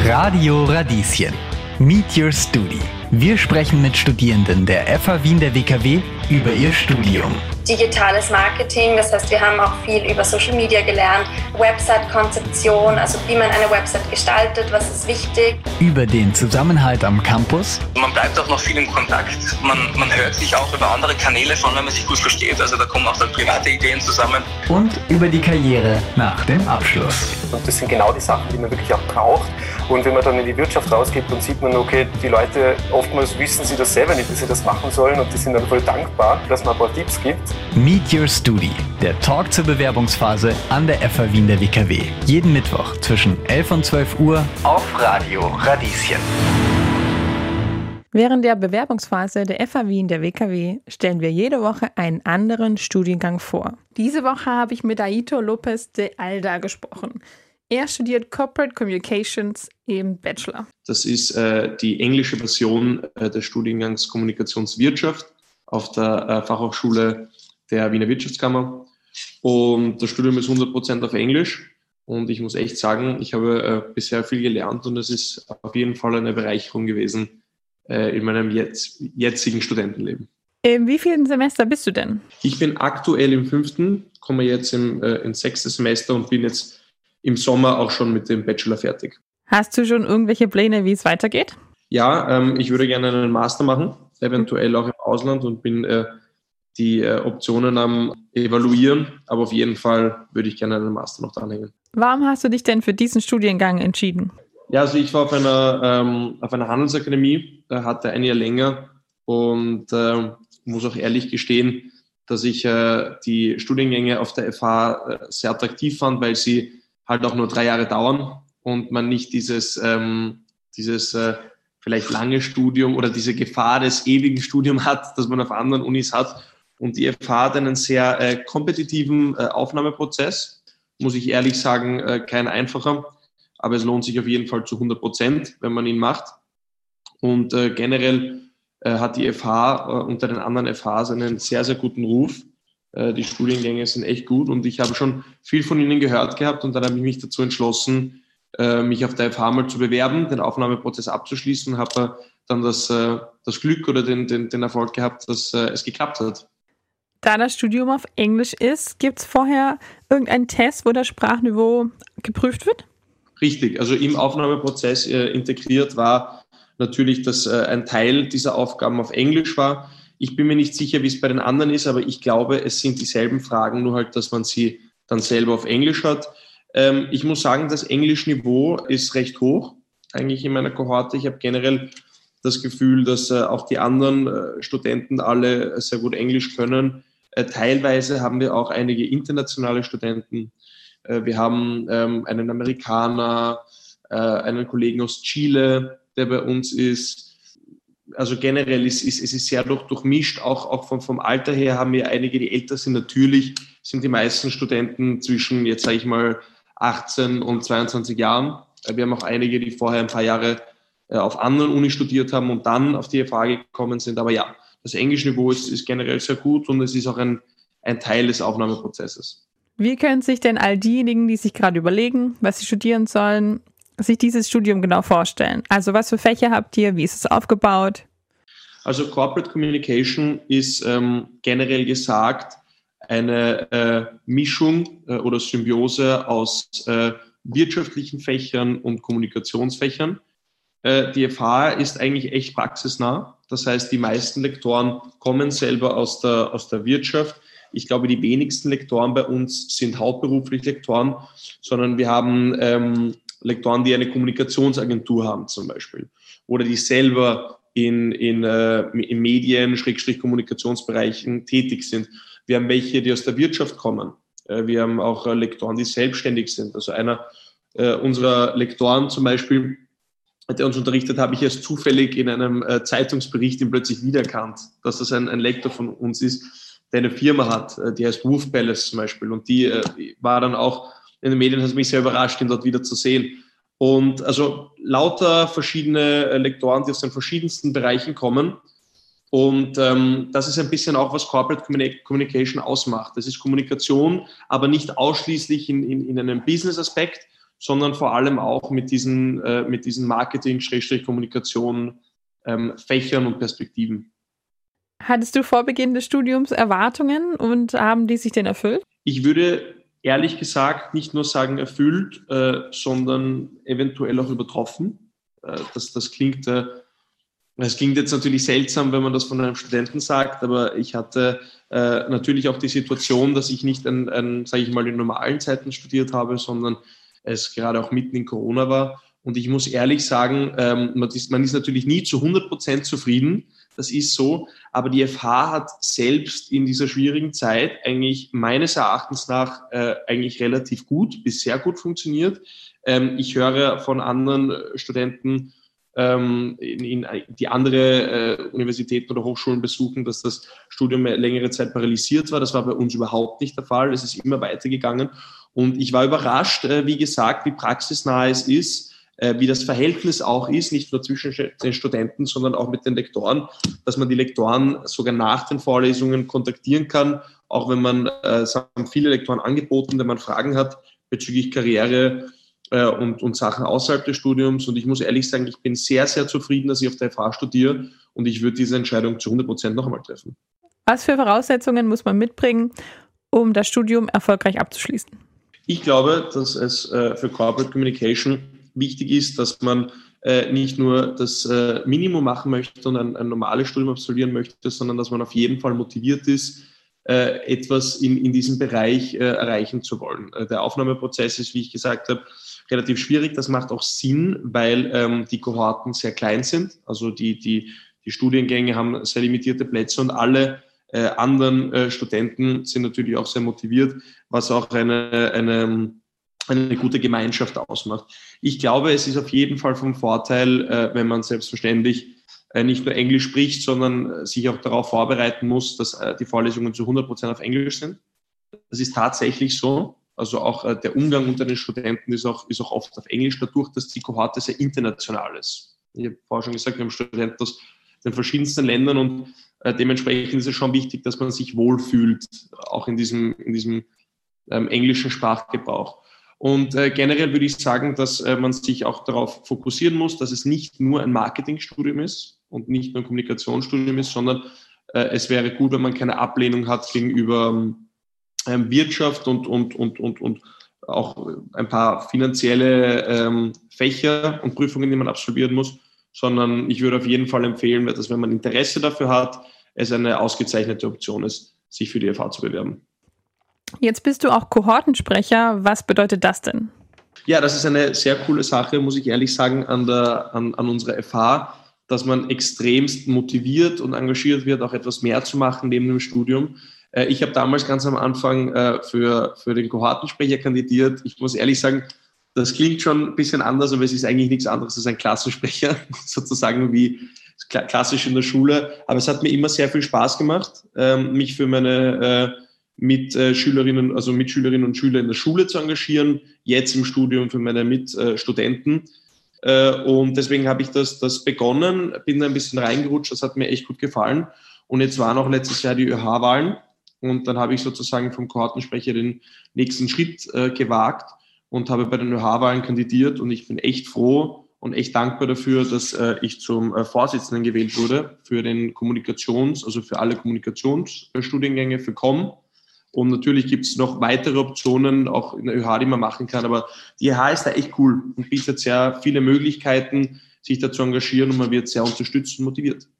Radio Radieschen. Meet Your Studi. Wir sprechen mit Studierenden der FH Wien der WKW über ihr Studium. Digitales Marketing, das heißt, wir haben auch viel über Social Media gelernt, Website-Konzeption, also wie man eine Website gestaltet, was ist wichtig. Über den Zusammenhalt am Campus. Man bleibt auch noch viel in Kontakt. Man hört sich auch über andere Kanäle von, wenn man sich gut versteht. Also da kommen auch dann private Ideen zusammen. Und über die Karriere nach dem Abschluss. Und das sind genau die Sachen, die man wirklich auch braucht. Und wenn man dann in die Wirtschaft rausgeht, dann sieht man, okay, die Leute, oftmals wissen sie das selber nicht, wie sie das machen sollen, und die sind dann voll dankbar, dass man ein paar Tipps gibt. Meet Your Studi, der Talk zur Bewerbungsphase an der FH Wien der WKW. Jeden Mittwoch zwischen 11 und 12 Uhr auf Radio Radieschen. Während der Bewerbungsphase der FH Wien der WKW stellen wir jede Woche einen anderen Studiengang vor. Diese Woche habe ich mit Aito Lopez de Alda gesprochen. Er studiert Corporate Communications im Bachelor. Das ist die englische Version des Studiengangs Kommunikationswirtschaft auf der Fachhochschule der Wiener Wirtschaftskammer. Und das Studium ist 100% auf Englisch. Und ich muss echt sagen, ich habe bisher viel gelernt und es ist auf jeden Fall eine Bereicherung gewesen in meinem jetzigen Studentenleben. In wie vielen Semester bist du denn? Ich bin aktuell im 5., komme jetzt ins 6. Semester und bin jetzt im Sommer auch schon mit dem Bachelor fertig. Hast du schon irgendwelche Pläne, wie es weitergeht? Ja, ich würde gerne einen Master machen, eventuell auch im Ausland, und bin die Optionen am Evaluieren, aber auf jeden Fall würde ich gerne einen Master noch dranhängen. Warum hast du dich denn für diesen Studiengang entschieden? Ja, also ich war auf einer Handelsakademie, hatte ein Jahr länger und muss auch ehrlich gestehen, dass ich die Studiengänge auf der FH sehr attraktiv fand, weil sie halt auch nur 3 Jahre dauern und man nicht dieses vielleicht lange Studium oder diese Gefahr des ewigen Studiums hat, das man auf anderen Unis hat. Und die FH hat einen sehr kompetitiven Aufnahmeprozess, muss ich ehrlich sagen, kein einfacher, aber es lohnt sich auf jeden Fall zu 100%, wenn man ihn macht. Und generell hat die FH unter den anderen FHs einen sehr, sehr guten Ruf. Die Studiengänge sind echt gut und ich habe schon viel von ihnen gehört gehabt, und dann habe ich mich dazu entschlossen, mich auf der FH mal zu bewerben, den Aufnahmeprozess abzuschließen, und habe dann das Glück oder den Erfolg gehabt, dass es geklappt hat. Da das Studium auf Englisch ist, gibt es vorher irgendeinen Test, wo das Sprachniveau geprüft wird? Richtig, also im Aufnahmeprozess integriert war natürlich, dass ein Teil dieser Aufgaben auf Englisch war. Ich bin mir nicht sicher, wie es bei den anderen ist, aber ich glaube, es sind dieselben Fragen, nur halt, dass man sie dann selber auf Englisch hat. Ich muss sagen, das Englischniveau ist recht hoch, eigentlich in meiner Kohorte. Ich habe generell das Gefühl, dass auch die anderen Studenten alle sehr gut Englisch können. Teilweise haben wir auch einige internationale Studenten. Wir haben einen Amerikaner, einen Kollegen aus Chile, der bei uns ist. Also generell ist es sehr durchmischt, auch vom Alter her haben wir einige, die älter sind. Natürlich sind die meisten Studenten zwischen, jetzt sage ich mal, 18 und 22 Jahren. Wir haben auch einige, die vorher ein paar Jahre auf anderen Unis studiert haben und dann auf die FH gekommen sind. Aber ja, das Englischniveau ist generell sehr gut und es ist auch ein Teil des Aufnahmeprozesses. Wie können sich denn all diejenigen, die sich gerade überlegen, was sie studieren sollen, sich dieses Studium genau vorstellen? Also was für Fächer habt ihr? Wie ist es aufgebaut? Also Corporate Communication ist generell gesagt eine Mischung oder Symbiose aus wirtschaftlichen Fächern und Kommunikationsfächern. Die FH ist eigentlich echt praxisnah. Das heißt, die meisten Lektoren kommen selber aus der Wirtschaft. Ich glaube, die wenigsten Lektoren bei uns sind hauptberuflich Lektoren, sondern wir haben Lektoren, die eine Kommunikationsagentur haben zum Beispiel oder die selber in Medien, Kommunikationsbereichen tätig sind. Wir haben welche, die aus der Wirtschaft kommen. Wir haben auch Lektoren, die selbstständig sind. Also einer unserer Lektoren zum Beispiel, der uns unterrichtet, habe ich erst zufällig in einem Zeitungsbericht ihn plötzlich wiedererkannt, dass das ein Lektor von uns ist, der eine Firma hat, die heißt Wolf Palace zum Beispiel. Und die war dann auch in den Medien, hat mich sehr überrascht, ihn dort wieder zu sehen. Und also lauter verschiedene Lektoren, die aus den verschiedensten Bereichen kommen. Und das ist ein bisschen auch, was Corporate Communication ausmacht. Das ist Kommunikation, aber nicht ausschließlich in einem Business-Aspekt, sondern vor allem auch mit diesen Marketing-Kommunikation Fächern und Perspektiven. Hattest du vor Beginn des Studiums Erwartungen und haben die sich denn erfüllt? Ich würde ehrlich gesagt nicht nur sagen erfüllt, sondern eventuell auch übertroffen. Das klingt jetzt natürlich seltsam, wenn man das von einem Studenten sagt, aber ich hatte natürlich auch die Situation, dass ich nicht sage ich mal, in normalen Zeiten studiert habe, sondern es gerade auch mitten in Corona war. Und ich muss ehrlich sagen, man ist natürlich nie zu 100% zufrieden, das ist so, aber die FH hat selbst in dieser schwierigen Zeit eigentlich meines Erachtens nach eigentlich relativ gut bis sehr gut funktioniert. Ich höre von anderen Studenten, die andere Universitäten oder Hochschulen besuchen, dass das Studium längere Zeit paralysiert war. Das war bei uns überhaupt nicht der Fall. Es ist immer weitergegangen. Und ich war überrascht, wie gesagt, wie praxisnah es ist, wie das Verhältnis auch ist, nicht nur zwischen den Studenten, sondern auch mit den Lektoren, dass man die Lektoren sogar nach den Vorlesungen kontaktieren kann, auch wenn man, es haben viele Lektoren angeboten, wenn man Fragen hat bezüglich Karriere und Sachen außerhalb des Studiums. Und ich muss ehrlich sagen, ich bin sehr, sehr zufrieden, dass ich auf der FH studiere und ich würde diese Entscheidung zu 100% noch einmal treffen. Was für Voraussetzungen muss man mitbringen, um das Studium erfolgreich abzuschließen? Ich glaube, dass es für Corporate Communication wichtig ist, dass man nicht nur das Minimum machen möchte und ein normales Studium absolvieren möchte, sondern dass man auf jeden Fall motiviert ist, etwas in diesem Bereich erreichen zu wollen. Der Aufnahmeprozess ist, wie ich gesagt habe, relativ schwierig. Das macht auch Sinn, weil die Kohorten sehr klein sind. Also die Studiengänge haben sehr limitierte Plätze und alle anderen Studenten sind natürlich auch sehr motiviert, was auch eine gute Gemeinschaft ausmacht. Ich glaube, es ist auf jeden Fall vom Vorteil, wenn man selbstverständlich nicht nur Englisch spricht, sondern sich auch darauf vorbereiten muss, dass die Vorlesungen zu 100% auf Englisch sind. Das ist tatsächlich so. Also auch der Umgang unter den Studenten ist auch oft auf Englisch, dadurch, dass die Kohorte sehr international ist. Ich habe vorher schon gesagt, wir haben Studenten aus den verschiedensten Ländern und dementsprechend ist es schon wichtig, dass man sich wohlfühlt, auch in diesem englischen Sprachgebrauch. Und generell würde ich sagen, dass man sich auch darauf fokussieren muss, dass es nicht nur ein Marketingstudium ist und nicht nur ein Kommunikationsstudium ist, sondern es wäre gut, wenn man keine Ablehnung hat gegenüber Wirtschaft und auch ein paar finanzielle Fächer und Prüfungen, die man absolvieren muss, sondern ich würde auf jeden Fall empfehlen, dass wenn man Interesse dafür hat, es eine ausgezeichnete Option ist, sich für die FH zu bewerben. Jetzt bist du auch Kohortensprecher. Was bedeutet das denn? Ja, das ist eine sehr coole Sache, muss ich ehrlich sagen, an unserer FH, dass man extremst motiviert und engagiert wird, auch etwas mehr zu machen neben dem Studium. Ich habe damals ganz am Anfang für den Kohortensprecher kandidiert. Ich muss ehrlich sagen, das klingt schon ein bisschen anders, aber es ist eigentlich nichts anderes als ein Klassensprecher, sozusagen wie klassisch in der Schule. Aber es hat mir immer sehr viel Spaß gemacht, mich für meine Mitschülerinnen und Schüler in der Schule zu engagieren, jetzt im Studium für meine Mitstudenten. Und deswegen habe ich das begonnen, bin da ein bisschen reingerutscht, das hat mir echt gut gefallen. Und jetzt waren auch letztes Jahr die ÖH-Wahlen und dann habe ich sozusagen vom Kohortensprecher den nächsten Schritt gewagt und habe bei den ÖH-Wahlen kandidiert und ich bin echt froh und echt dankbar dafür, dass ich zum Vorsitzenden gewählt wurde für den also für alle Kommunikationsstudiengänge für COM. Und natürlich gibt es noch weitere Optionen, auch in der ÖH, die man machen kann. Aber die ÖH ist da echt cool und bietet sehr viele Möglichkeiten, sich da zu engagieren und man wird sehr unterstützt und motiviert.